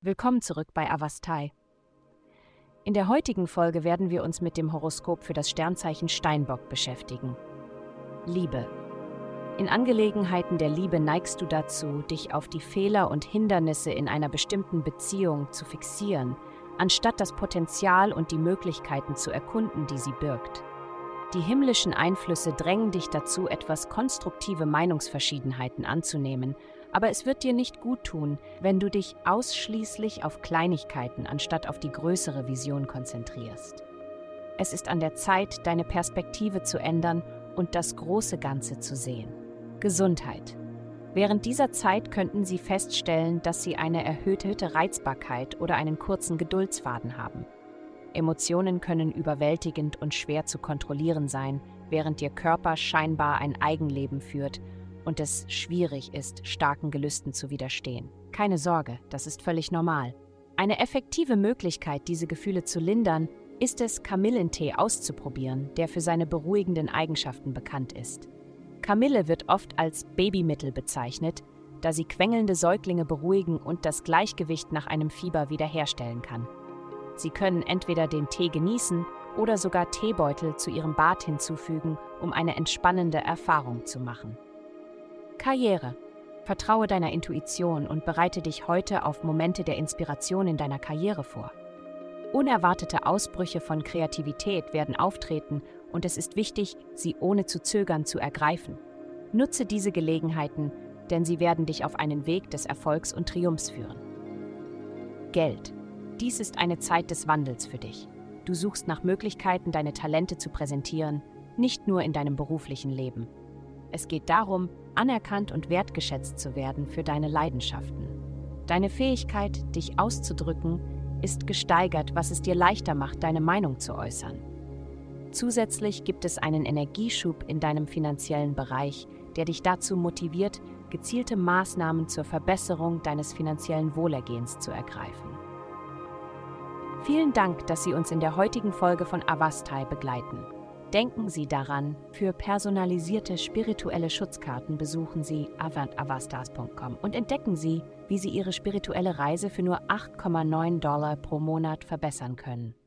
Willkommen zurück bei Avastai. In der heutigen Folge werden wir uns mit dem Horoskop für das Sternzeichen Steinbock beschäftigen. Liebe. In Angelegenheiten der Liebe neigst du dazu, dich auf die Fehler und Hindernisse in einer bestimmten Beziehung zu fixieren, anstatt das Potenzial und die Möglichkeiten zu erkunden, die sie birgt. Die himmlischen Einflüsse drängen dich dazu, etwas konstruktive Meinungsverschiedenheiten anzunehmen, aber es wird dir nicht gut tun, wenn du dich ausschließlich auf Kleinigkeiten anstatt auf die größere Vision konzentrierst. Es ist an der Zeit, deine Perspektive zu ändern und das große Ganze zu sehen. Gesundheit. Während dieser Zeit könnten Sie feststellen, dass Sie eine erhöhte Reizbarkeit oder einen kurzen Geduldsfaden haben. Emotionen können überwältigend und schwer zu kontrollieren sein, während Ihr Körper scheinbar ein Eigenleben führt und es schwierig ist, starken Gelüsten zu widerstehen. Keine Sorge, das ist völlig normal. Eine effektive Möglichkeit, diese Gefühle zu lindern, ist es, Kamillentee auszuprobieren, der für seine beruhigenden Eigenschaften bekannt ist. Kamille wird oft als Babymittel bezeichnet, da sie quengelnde Säuglinge beruhigen und das Gleichgewicht nach einem Fieber wiederherstellen kann. Sie können entweder den Tee genießen oder sogar Teebeutel zu Ihrem Bad hinzufügen, um eine entspannende Erfahrung zu machen. Karriere. Vertraue deiner Intuition und bereite dich heute auf Momente der Inspiration in deiner Karriere vor. Unerwartete Ausbrüche von Kreativität werden auftreten und es ist wichtig, sie ohne zu zögern zu ergreifen. Nutze diese Gelegenheiten, denn sie werden dich auf einen Weg des Erfolgs und Triumphs führen. Geld. Dies ist eine Zeit des Wandels für dich. Du suchst nach Möglichkeiten, deine Talente zu präsentieren, nicht nur in deinem beruflichen Leben. Es geht darum, anerkannt und wertgeschätzt zu werden für deine Leidenschaften. Deine Fähigkeit, dich auszudrücken, ist gesteigert, was es dir leichter macht, deine Meinung zu äußern. Zusätzlich gibt es einen Energieschub in deinem finanziellen Bereich, der dich dazu motiviert, gezielte Maßnahmen zur Verbesserung deines finanziellen Wohlergehens zu ergreifen. Vielen Dank, dass Sie uns in der heutigen Folge von Avastai begleiten. Denken Sie daran, für personalisierte spirituelle Schutzkarten besuchen Sie avastas.com und entdecken Sie, wie Sie Ihre spirituelle Reise für nur $8,9 pro Monat verbessern können.